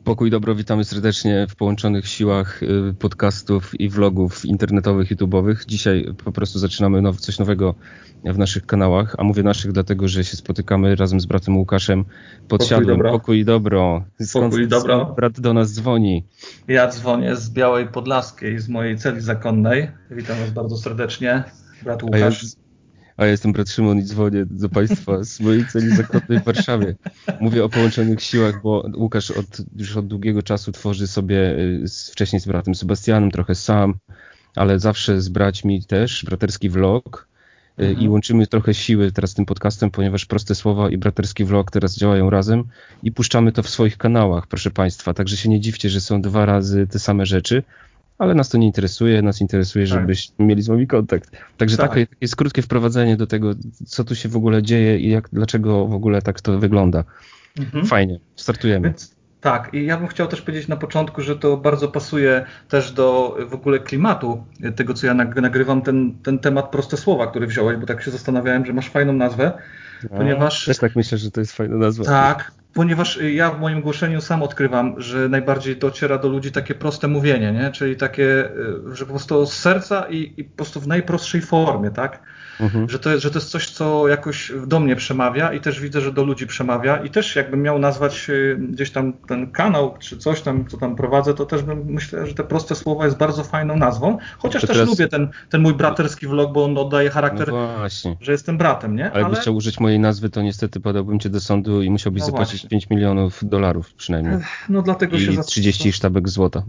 Pokój dobro, witamy serdecznie w połączonych siłach podcastów i vlogów internetowych, YouTube'owych. Dzisiaj po prostu zaczynamy coś nowego w naszych kanałach, a mówię naszych dlatego, że się spotykamy razem z bratem Łukaszem pod siadłem. Pokój i dobro. Pokój i dobro. Brat do nas dzwoni. Ja dzwonię z Białej Podlaskiej, z mojej celi zakonnej. Witam was bardzo serdecznie, brat Łukasz. A ja jestem brat Szymon i dzwonię do Państwa z mojej celi zakonnej w Warszawie. Mówię o połączonych siłach, bo Łukasz już od długiego czasu tworzy sobie, wcześniej z bratem Sebastianem, trochę sam, ale zawsze z braćmi też, braterski vlog. I łączymy trochę siły teraz tym podcastem, ponieważ Proste Słowa i braterski vlog teraz działają razem i puszczamy to w swoich kanałach, proszę Państwa. Także się nie dziwcie, że są 2 razy te same rzeczy. Ale nas to nie interesuje, nas interesuje, żebyśmy mieli z wami kontakt. Także takie jest krótkie wprowadzenie do tego, co tu się w ogóle dzieje i dlaczego w ogóle tak to wygląda. Fajnie, startujemy. Więc, tak, i ja bym chciał też powiedzieć na początku, że to bardzo pasuje też do w ogóle klimatu tego, co ja nagrywam, ten temat Proste Słowa, który wziąłeś, bo tak się zastanawiałem, że masz fajną nazwę, ponieważ... Też tak myślę, że to jest fajna nazwa. Tak, ponieważ ja w moim głoszeniu sam odkrywam, że najbardziej dociera do ludzi takie proste mówienie, nie? Czyli takie, że po prostu z serca i po prostu w najprostszej formie, tak? Że to jest coś, co jakoś do mnie przemawia i też widzę, że do ludzi przemawia i też jakbym miał nazwać gdzieś tam ten kanał, czy coś tam, co tam prowadzę, to też myślę, że te Proste Słowa jest bardzo fajną nazwą, chociaż też lubię ten mój braterski vlog, bo on oddaje charakter, że jestem bratem, nie? Ale jakbyś chciał użyć mojej nazwy, to niestety podałbym cię do sądu i musiałbyś zapłacić $5 milionów przynajmniej. No dlatego I 30 sztabek złota.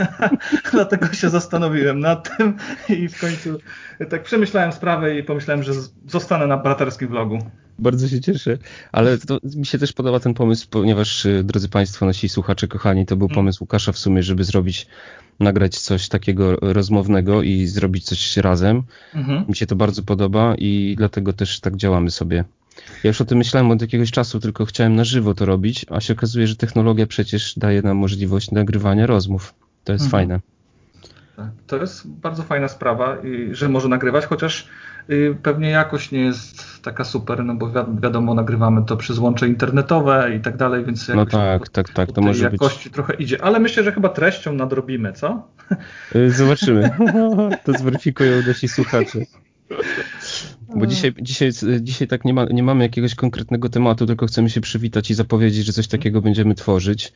Dlatego się zastanowiłem nad tym i w końcu tak przemyślałem sprawę i pomyślałem, że zostanę na braterskim vlogu. Bardzo się cieszę, ale to mi się też podoba ten pomysł, ponieważ, drodzy Państwo, nasi słuchacze kochani, to był pomysł Łukasza w sumie, żeby nagrać coś takiego rozmownego i zrobić coś razem. Mi się to bardzo podoba i dlatego też tak działamy sobie. Ja już o tym myślałem od jakiegoś czasu, tylko chciałem na żywo to robić, a się okazuje, że technologia przecież daje nam możliwość nagrywania rozmów. To jest fajne. Tak, to jest bardzo fajna sprawa, że może nagrywać, chociaż pewnie jakość nie jest taka super, no bo wiadomo, nagrywamy to przez łącze internetowe i tak dalej, więc jakoś tak, to może jakości trochę idzie, ale myślę, że chyba treścią nadrobimy, co? Zobaczymy. To zweryfikują nasi słuchacze. Bo dzisiaj tak nie mamy jakiegoś konkretnego tematu, tylko chcemy się przywitać i zapowiedzieć, że coś takiego będziemy tworzyć.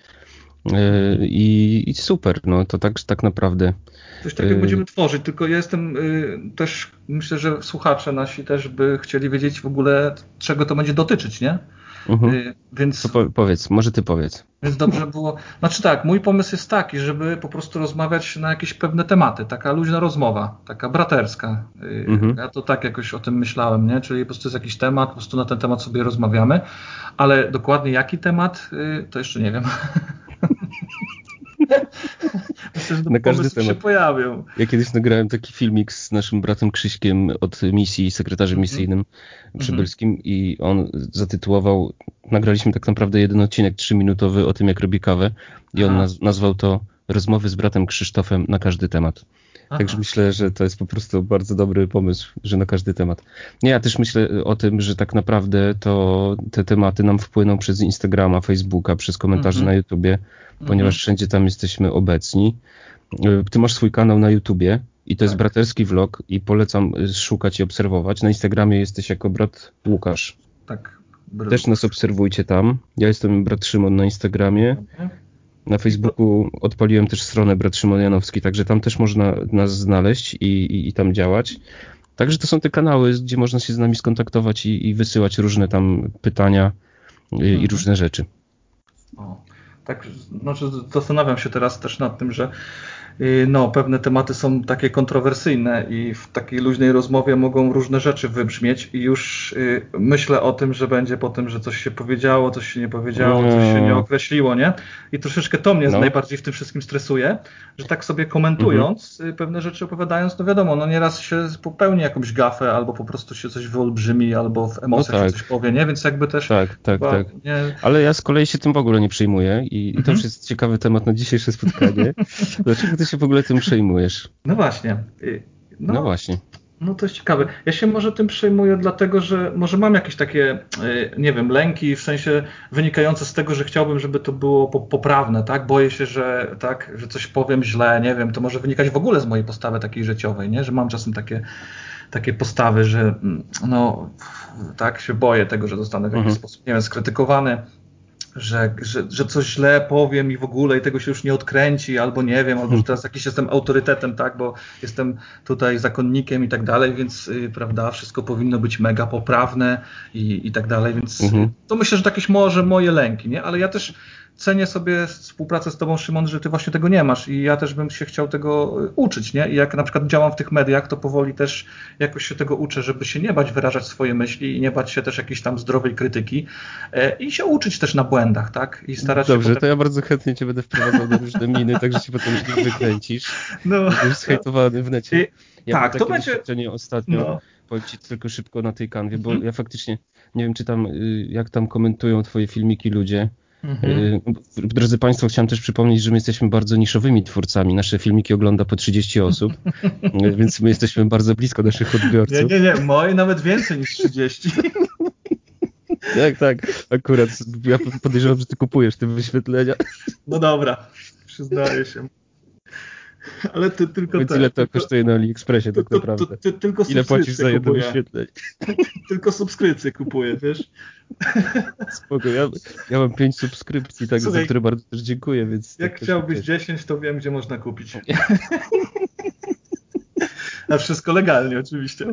I super, no to tak naprawdę. Coś takiego będziemy tworzyć, tylko ja jestem też, myślę, że słuchacze nasi też by chcieli wiedzieć w ogóle, czego to będzie dotyczyć, nie? Więc to powiedz, może ty powiedz. Więc dobrze było, znaczy tak, mój pomysł jest taki, żeby po prostu rozmawiać na jakieś pewne tematy, taka luźna rozmowa, taka braterska. Ja to tak jakoś o tym myślałem, nie? Czyli po prostu jest jakiś temat, po prostu na ten temat sobie rozmawiamy, ale dokładnie jaki temat, to jeszcze nie wiem. Myślę, że na każdy temat się pojawią. Ja kiedyś nagrałem taki filmik z naszym bratem Krzyśkiem od misji, sekretarzem misyjnym przybylskim i on zatytułował, nagraliśmy tak naprawdę jeden odcinek 3-minutowy o tym, jak robi kawę i on nazwał to Rozmowy z bratem Krzysztofem na każdy temat. Także myślę, że to jest po prostu bardzo dobry pomysł, że na każdy temat. Ja też myślę o tym, że tak naprawdę to te tematy nam wpłyną przez Instagrama, Facebooka, przez komentarze na YouTubie, ponieważ wszędzie tam jesteśmy obecni. Ty masz swój kanał na YouTubie i to jest braterski vlog i polecam szukać i obserwować. Na Instagramie jesteś jako brat Łukasz. Tak. Też nas obserwujcie tam. Ja jestem brat Szymon na Instagramie. Na Facebooku odpaliłem też stronę Brat Szymon Janowski, także tam też można nas znaleźć i tam działać. Także to są te kanały, gdzie można się z nami skontaktować i wysyłać różne tam pytania i różne rzeczy. Tak, znaczy zastanawiam się teraz też nad tym, że pewne tematy są takie kontrowersyjne i w takiej luźnej rozmowie mogą różne rzeczy wybrzmieć i już myślę o tym, że będzie po tym, że coś się powiedziało, coś się nie powiedziało, coś się nie określiło, nie? I troszeczkę to mnie najbardziej w tym wszystkim stresuje, że tak sobie komentując pewne rzeczy opowiadając, no wiadomo, nieraz się popełni jakąś gafę albo po prostu się coś wyolbrzymi albo w emocjach się coś powie, nie? Więc jakby też... Tak. Nie... Ale ja z kolei się tym w ogóle nie przejmuję i to już jest ciekawy temat na dzisiejsze spotkanie. Dlaczego ty się w ogóle tym przejmujesz? No właśnie. No właśnie. No to jest ciekawe. Ja się może tym przejmuję dlatego, że może mam jakieś takie, nie wiem, lęki w sensie wynikające z tego, że chciałbym, żeby to było poprawne, tak? Boję się, że tak, że coś powiem źle, nie wiem, to może wynikać w ogóle z mojej postawy takiej życiowej, nie? Że mam czasem takie postawy, że no tak się boję tego, że zostanę w jakiś sposób, nie wiem, skrytykowany. Że coś źle powiem i w ogóle i tego się już nie odkręci, albo nie wiem, albo że teraz jakiś jestem autorytetem, tak, bo jestem tutaj zakonnikiem i tak dalej, więc prawda, wszystko powinno być mega poprawne i tak dalej, więc to myślę, że jakieś może moje lęki, nie? Ale ja też cenię sobie współpracę z tobą, Szymon, że ty właśnie tego nie masz i ja też bym się chciał tego uczyć, nie? I jak na przykład działam w tych mediach, to powoli też jakoś się tego uczę, żeby się nie bać wyrażać swoje myśli i nie bać się też jakiejś tam zdrowej krytyki i się uczyć też na błędach, tak? I starać Dobrze, się potem... to ja bardzo chętnie cię będę wprowadzał na różne miny, tak że się potem już nie wykręcisz. No. Będziesz zhejtowany w necie. Ja tak, mam takie doświadczenie ostatnio, powiem ci tylko szybko na tej kanwie, bo ja faktycznie nie wiem, czy tam, jak tam komentują twoje filmiki ludzie. Drodzy Państwo, chciałem też przypomnieć, że my jesteśmy bardzo niszowymi twórcami. Nasze filmiki ogląda po 30 osób, więc my jesteśmy bardzo blisko naszych odbiorców. Nie, moje nawet więcej niż 30. Tak, akurat. Ja podejrzewam, że ty kupujesz te wyświetlenia. No dobra, przyznaję się. Ale ty tylko Więc ile to kosztuje na AliExpressie tak naprawdę? Tylko ile płacisz za jedno wyświetlenie? Tylko subskrypcje kupuję, wiesz? Spoko, ja mam 5 subskrypcji, tak, za które bardzo też dziękuję. Więc jak chciałbyś 10, to wiem, gdzie można kupić. A wszystko legalnie oczywiście.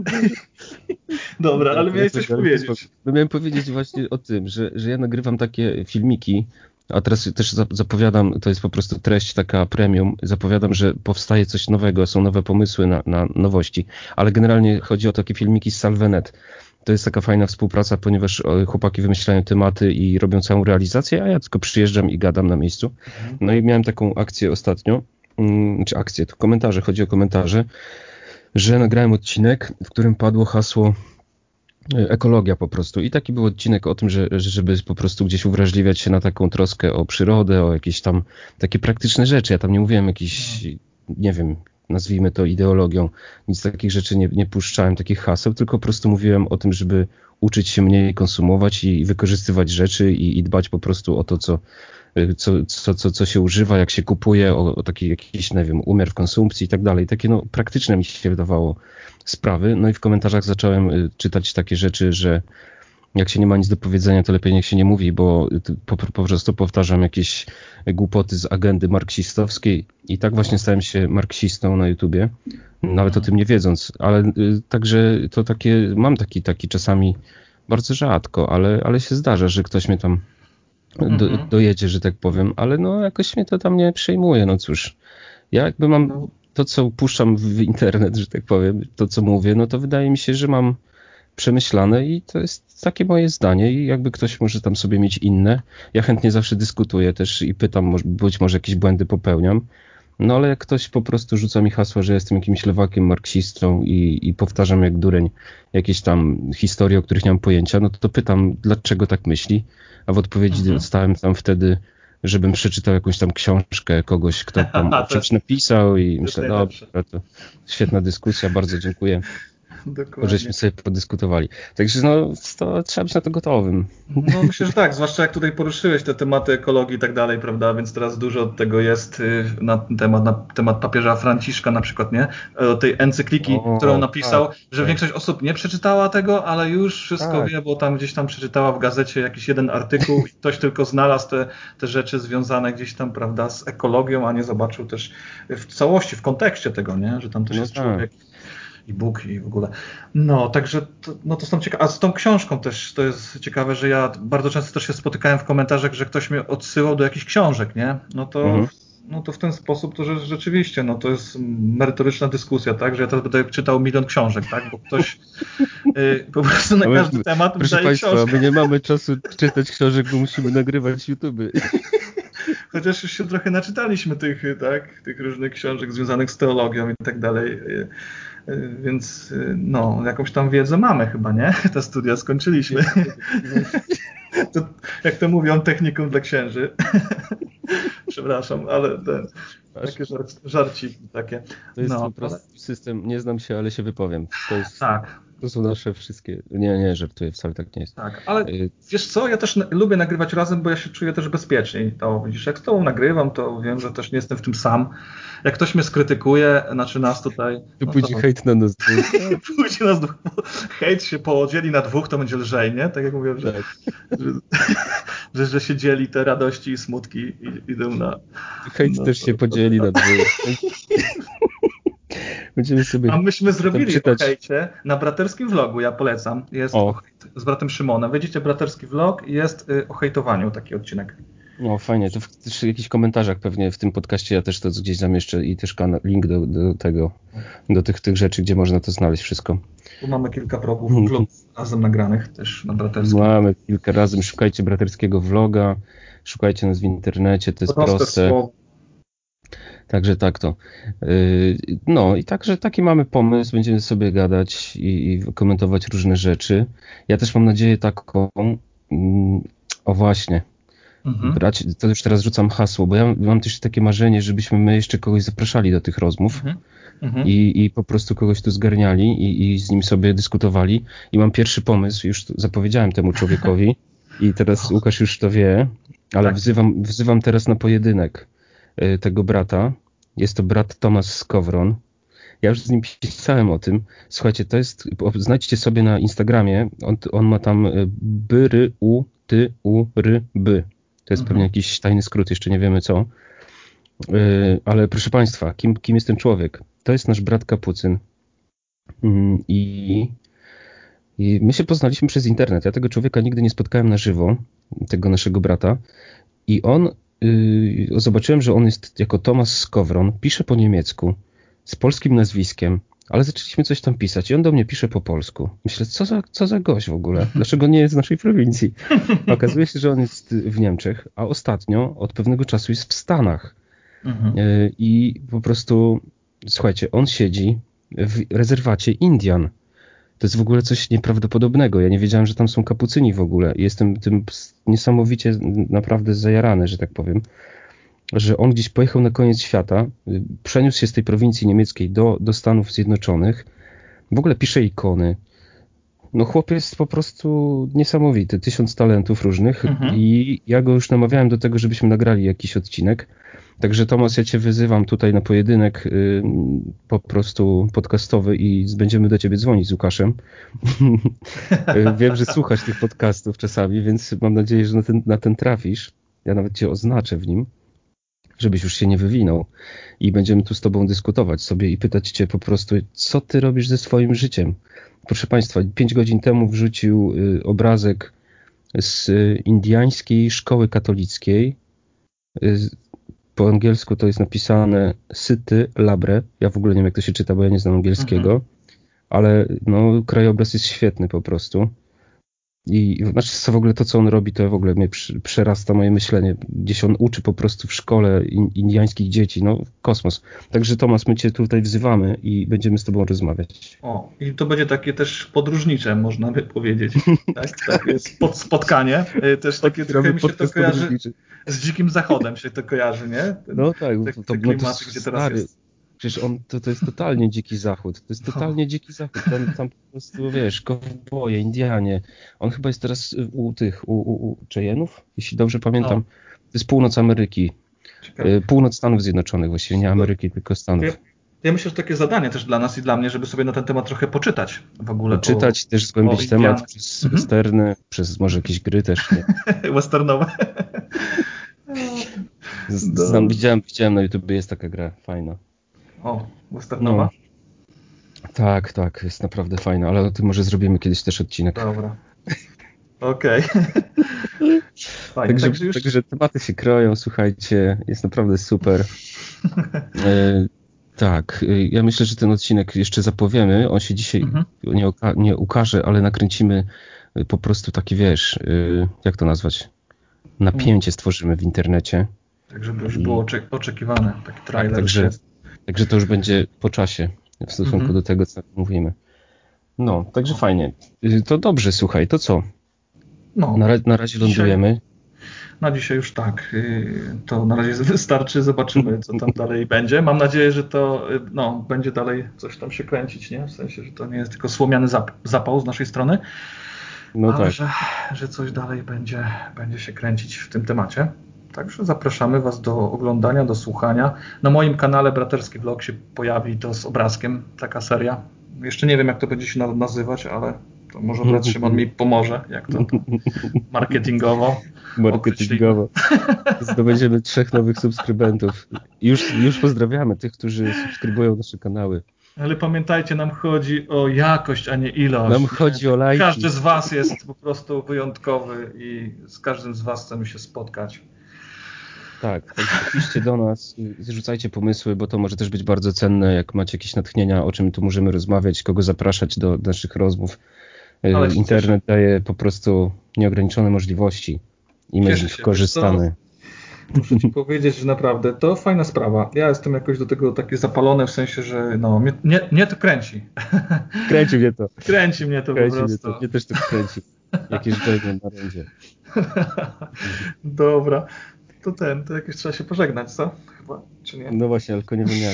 Dobra, ale miałeś coś powiedzieć. No miałem powiedzieć właśnie o tym, że ja nagrywam takie filmiki, a teraz też zapowiadam, to jest po prostu treść taka premium, zapowiadam, że powstaje coś nowego, są nowe pomysły na nowości, ale generalnie chodzi o takie filmiki z Salvenet. To jest taka fajna współpraca, ponieważ chłopaki wymyślają tematy i robią całą realizację, a ja tylko przyjeżdżam i gadam na miejscu. No i miałem taką akcję ostatnio, to komentarze, chodzi o komentarze, że nagrałem odcinek, w którym padło hasło ekologia po prostu. I taki był odcinek o tym, żeby po prostu gdzieś uwrażliwiać się na taką troskę o przyrodę, o jakieś tam takie praktyczne rzeczy. Ja tam nie mówiłem jakichś, nie wiem, nazwijmy to ideologią, nic takich rzeczy nie puszczałem, takich haseł, tylko po prostu mówiłem o tym, żeby uczyć się mniej konsumować i wykorzystywać rzeczy i dbać po prostu o to, co się używa, jak się kupuje, o taki jakiś, nie wiem, umiar w konsumpcji i tak dalej. Takie no praktyczne mi się wydawało sprawy. No i w komentarzach zacząłem czytać takie rzeczy, że jak się nie ma nic do powiedzenia, to lepiej niech się nie mówi, bo po prostu powtarzam jakieś głupoty z agendy marksistowskiej i tak właśnie stałem się marksistą na YouTubie, nawet o tym nie wiedząc, ale także to takie, mam taki czasami bardzo rzadko, ale się zdarza, że ktoś mnie tam dojedzie, że tak powiem, ale no jakoś mnie to tam nie przejmuje, no cóż. Ja jakby mam to, co puszczam w internet, że tak powiem, to, co mówię, no to wydaje mi się, że mam przemyślane i to jest takie moje zdanie i jakby ktoś może tam sobie mieć inne. Ja chętnie zawsze dyskutuję też i pytam, być może jakieś błędy popełniam, no ale jak ktoś po prostu rzuca mi hasła, że jestem jakimś lewakiem, marksistą i powtarzam jak dureń jakieś tam historie, o których nie mam pojęcia, no to pytam, dlaczego tak myśli, a w odpowiedzi dostałem tam wtedy, żebym przeczytał jakąś tam książkę kogoś, kto tam o czymś napisał i myślę, dobra, to świetna dyskusja, bardzo dziękuję. Dokładnie. Żeśmy sobie podyskutowali. Także no, to trzeba być na to gotowym. No myślę, że tak, zwłaszcza jak tutaj poruszyłeś te tematy ekologii i tak dalej, prawda, więc teraz dużo od tego jest na temat papieża Franciszka na przykład, nie? O tej encykliki, którą napisał, tak, że większość osób nie przeczytała tego, ale już wszystko wie, bo tam gdzieś tam przeczytała w gazecie jakiś jeden artykuł i ktoś tylko znalazł te rzeczy związane gdzieś tam, prawda, z ekologią, a nie zobaczył też w całości, w kontekście tego, nie? Że tam też jest człowiek i Bóg i w ogóle. No, także to są ciekawe. A z tą książką też to jest ciekawe, że ja bardzo często też się spotykałem w komentarzach, że ktoś mnie odsyłał do jakichś książek, nie? No to w ten sposób to że rzeczywiście, no to jest merytoryczna dyskusja, tak? Że ja teraz będę czytał 1 milion książek, tak? Bo ktoś po prostu na każdy temat proszę Państwa, książkę. My nie mamy czasu czytać książek, bo musimy nagrywać YouTube. Chociaż już się trochę naczytaliśmy tych różnych książek związanych z teologią i tak dalej. Więc no, jakąś tam wiedzę mamy chyba, nie? Te studia skończyliśmy. To, jak to mówią, technikum dla księży. przepraszam, ale takie żarciki takie. To jest po prostu system, nie znam się, ale się wypowiem. Tak. To są nasze wszystkie... Nie, żartuję, wcale tak nie jest. Tak, ale wiesz co, ja też lubię nagrywać razem, bo ja się czuję też bezpieczniej. To widzisz, jak z tobą nagrywam, to wiem, że też nie jestem w tym sam. Jak ktoś mnie skrytykuje, znaczy nas tutaj... Pójdzie hejt na nas dwóch. Pójdzie nas dwóch. Hejt się podzieli na dwóch, to będzie lżej, nie? Tak jak mówię, że się dzieli te radości i smutki i idą na... Hejt też się podzieli na dwóch. Będziemy sobie... A myśmy zrobili o hejcie na braterskim vlogu, ja polecam. Jest o hejt z bratem Szymonem. Wejdziecie braterski vlog i jest o hejtowaniu taki odcinek. No fajnie, to w jakichś komentarzach pewnie w tym podcaście ja też to gdzieś zamieszczę i też link do tych rzeczy, gdzie można to znaleźć wszystko. Tu mamy kilka vlogów razem nagranych też na braterskim. Mamy kilka razem, szukajcie braterskiego vloga, szukajcie nas w internecie, to jest proste. Słowo. Także tak to. No i także taki mamy pomysł, będziemy sobie gadać i komentować różne rzeczy. Ja też mam nadzieję taką, o właśnie, brać, to już teraz rzucam hasło, bo ja mam też takie marzenie, żebyśmy my jeszcze kogoś zapraszali do tych rozmów i po prostu kogoś tu zgarniali i z nim sobie dyskutowali. I mam pierwszy pomysł, już zapowiedziałem temu człowiekowi i teraz Łukasz już to wie, ale tak. wzywam teraz na pojedynek tego brata. Jest to brat Tomasz Skowron. Ja już z nim pisałem o tym. Słuchajcie, to jest, znajdźcie sobie na Instagramie, on ma tam BRY. To jest pewnie jakiś tajny skrót, jeszcze nie wiemy co. Ale proszę Państwa, kim jest ten człowiek? To jest nasz brat Kapucyn. I my się poznaliśmy przez internet. Ja tego człowieka nigdy nie spotkałem na żywo, tego naszego brata. I zobaczyłem, że on jest jako Tomasz Skowron, pisze po niemiecku, z polskim nazwiskiem, ale zaczęliśmy coś tam pisać i on do mnie pisze po polsku. Myślę, co za gość w ogóle? Dlaczego nie jest z naszej prowincji? Okazuje się, że on jest w Niemczech, a ostatnio od pewnego czasu jest w Stanach. I po prostu, słuchajcie, on siedzi w rezerwacie Indian. To jest w ogóle coś nieprawdopodobnego. Ja nie wiedziałem, że tam są kapucyni w ogóle. Jestem tym niesamowicie naprawdę zajarany, że tak powiem, że on gdzieś pojechał na koniec świata, przeniósł się z tej prowincji niemieckiej do Stanów Zjednoczonych, w ogóle pisze ikony. No chłop jest po prostu niesamowity, 1000 talentów różnych i ja go już namawiałem do tego, żebyśmy nagrali jakiś odcinek. Także Tomasz, ja cię wyzywam tutaj na pojedynek po prostu podcastowy i będziemy do ciebie dzwonić z Łukaszem. Wiem, że słuchasz tych podcastów czasami, więc mam nadzieję, że na ten trafisz. Ja nawet cię oznaczę w nim, żebyś już się nie wywinął. I będziemy tu z tobą dyskutować sobie i pytać cię po prostu, co ty robisz ze swoim życiem. Proszę Państwa, 5 godzin temu wrzucił obrazek z indiańskiej szkoły katolickiej. Po angielsku to jest napisane City Labre. Ja w ogóle nie wiem, jak to się czyta, bo ja nie znam angielskiego. Ale no, krajobraz jest świetny po prostu. I znaczy, co w ogóle to, co on robi, to w ogóle mnie przerasta moje myślenie. Gdzieś on uczy po prostu w szkole indiańskich dzieci. No, kosmos. Także Tomasz, my cię tutaj wzywamy i będziemy z tobą rozmawiać. O, i to będzie takie też podróżnicze, można by powiedzieć. Takie spotkanie. Też takie trochę mi się to kojarzy z Dzikim Zachodem się to kojarzy, nie? No tak. Te klimaty, gdzie teraz jest. Przecież to jest totalnie dziki zachód. To jest totalnie dziki zachód. Tam po prostu, wiesz, kowboje, Indianie. On chyba jest teraz u Cheyenne'ów, jeśli dobrze pamiętam. To jest północ Ameryki. Ciekawe. Północ Stanów Zjednoczonych właściwie, nie Ameryki, tylko Stanów. Ja myślę, że takie zadanie też dla nas i dla mnie, żeby sobie na ten temat trochę poczytać w ogóle. Poczytać, też zgłębić temat przez westerny, przez może jakieś gry też. Nie? Westernowe. Widziałem na YouTube, jest taka gra fajna. O, westernowa? No. Tak, jest naprawdę fajna, ale o tym może zrobimy kiedyś też odcinek. Dobra. Okej. Także tematy się kroją, słuchajcie, jest naprawdę super. Tak, ja myślę, że ten odcinek jeszcze zapowiemy, on się dzisiaj nie ukaże, ale nakręcimy po prostu taki, wiesz, jak to nazwać, napięcie stworzymy w internecie. Tak, żeby już było oczekiwane, taki trailer. Także to już będzie po czasie w stosunku do tego, co mówimy. No, także fajnie. To dobrze, słuchaj, to co? No, na razie lądujemy. Na dzisiaj już tak. To na razie wystarczy. Zobaczymy, co tam dalej będzie. Mam nadzieję, że to będzie dalej coś tam się kręcić, nie? W sensie, że to nie jest tylko słomiany zapał z naszej strony, No ale tak. że coś dalej będzie się kręcić w tym temacie. Także zapraszamy Was do oglądania, do słuchania. Na moim kanale Braterski Vlog się pojawi to z obrazkiem, taka seria. Jeszcze nie wiem, jak to będzie się nazywać, ale to może brat Szymon mi pomoże, jak to marketingowo. Marketingowo. Zdobędziemy 3 nowych subskrybentów. Już pozdrawiamy tych, którzy subskrybują nasze kanały. Ale pamiętajcie, nam chodzi o jakość, a nie ilość. Nam chodzi o lajki. Każdy z Was jest po prostu wyjątkowy i z każdym z Was chcemy się spotkać. Tak, piszcie do nas, rzucajcie pomysły, bo to może też być bardzo cenne, jak macie jakieś natchnienia, o czym tu możemy rozmawiać, kogo zapraszać do naszych rozmów. Internet daje po prostu nieograniczone możliwości i my z nich korzystamy. Muszę Ci powiedzieć, że naprawdę to fajna sprawa. Ja jestem jakoś do tego taki zapalony, w sensie, że mnie to kręci. Kręci mnie to. Kręci mnie to po prostu. Mnie też to kręci. Jakieś żegnie na rondzie. Dobra. To jakoś trzeba się pożegnać, co? Chyba, czy nie? No właśnie, tylko nie wiem jak.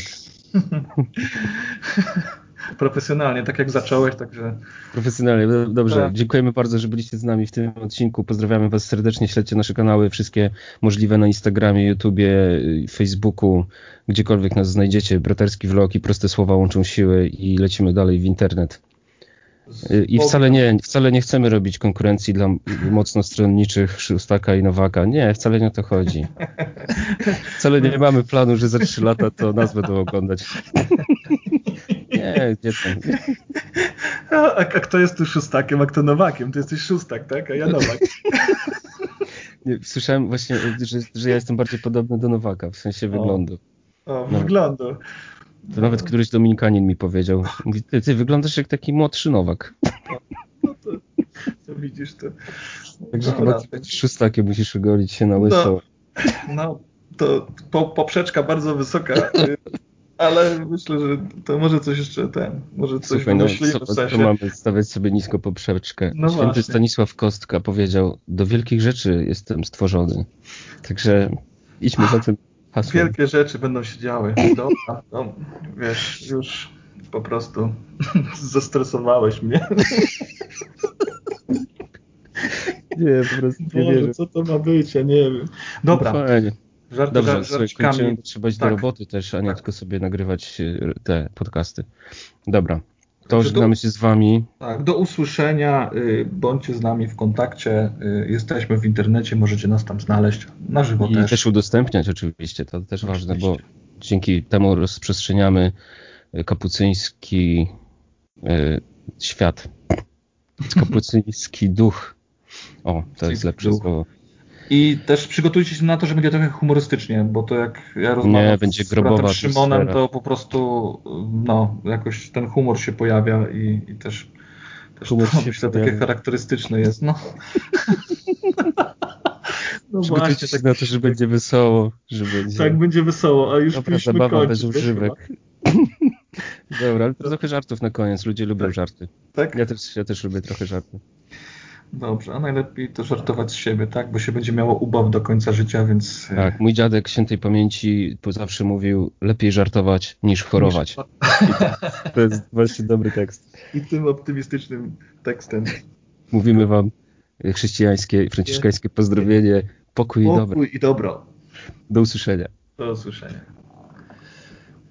Profesjonalnie, tak jak zacząłeś, także... Profesjonalnie, dobrze. Tak. Dziękujemy bardzo, że byliście z nami w tym odcinku. Pozdrawiamy Was serdecznie, śledźcie nasze kanały, wszystkie możliwe na Instagramie, YouTubie, Facebooku, gdziekolwiek nas znajdziecie. Braterski Vlog i Proste Słowa łączą siły i lecimy dalej w internet. I wcale nie chcemy robić konkurencji dla mocno stronniczych Szóstaka i Nowaka. Nie, wcale nie o to chodzi. Wcale nie mamy planu, że za 3 lata to nas będą oglądać. Nie, gdzie tam. A kto jest tu Szóstakiem, a kto Nowakiem? Ty jesteś Szóstak, tak? A ja Nowak. Nie, słyszałem właśnie, że ja jestem bardziej podobny do Nowaka, w sensie wyglądu. Wyglądu. To nawet któryś Dominikanin mi powiedział. Mówi, ty wyglądasz jak taki młodszy Nowak. To widzisz to. Także chyba Szóstakiem musisz ogolić się na łyso. No to poprzeczka bardzo wysoka, ale myślę, że to może coś jeszcze może coś wymyślimy. W sensie. To mamy stawiać sobie nisko poprzeczkę. Święty właśnie. Stanisław Kostka powiedział, do wielkich rzeczy jestem stworzony. Także idźmy za tym hasłem. Wielkie rzeczy będą się działy. Dobra, wiesz, już po prostu zestresowałeś mnie. Nie, po prostu nie wierzę. Co to ma być, ja nie wiem. Dobra. Fajnie. Dobrze, kończymy. Trzeba iść do roboty też, a nie tylko sobie nagrywać te podcasty. Dobra, to żegnamy się z Wami. Tak, do usłyszenia, bądźcie z nami w kontakcie, jesteśmy w internecie, możecie nas tam znaleźć, na żywo też. I też udostępniać oczywiście, to też ważne, bo dzięki temu rozprzestrzeniamy kapucyński świat, kapucyński duch. O, to jest lepsze słowo. I też przygotujcie się na to, że będzie trochę humorystycznie, bo to jak ja rozmawiam z bratem Szymonem, to po prostu jakoś ten humor się pojawia i też humor się myślę takie charakterystyczne jest. No właśnie, tak na to, że będzie wesoło. Tak, będzie wesoło, a już musimy zabawa kończyć. Bez używek. Dobra, ale trochę żartów na koniec. Ludzie lubią żarty. Tak? Ja też lubię trochę żartów. Dobrze, a najlepiej to żartować z siebie, tak? Bo się będzie miało ubaw do końca życia, więc... Tak, mój dziadek świętej pamięci zawsze mówił, lepiej żartować niż chorować. To jest właśnie dobry tekst. I tym optymistycznym tekstem mówimy Wam chrześcijańskie, franciszkańskie pozdrowienie. Pokój i dobro. Do usłyszenia. Do usłyszenia.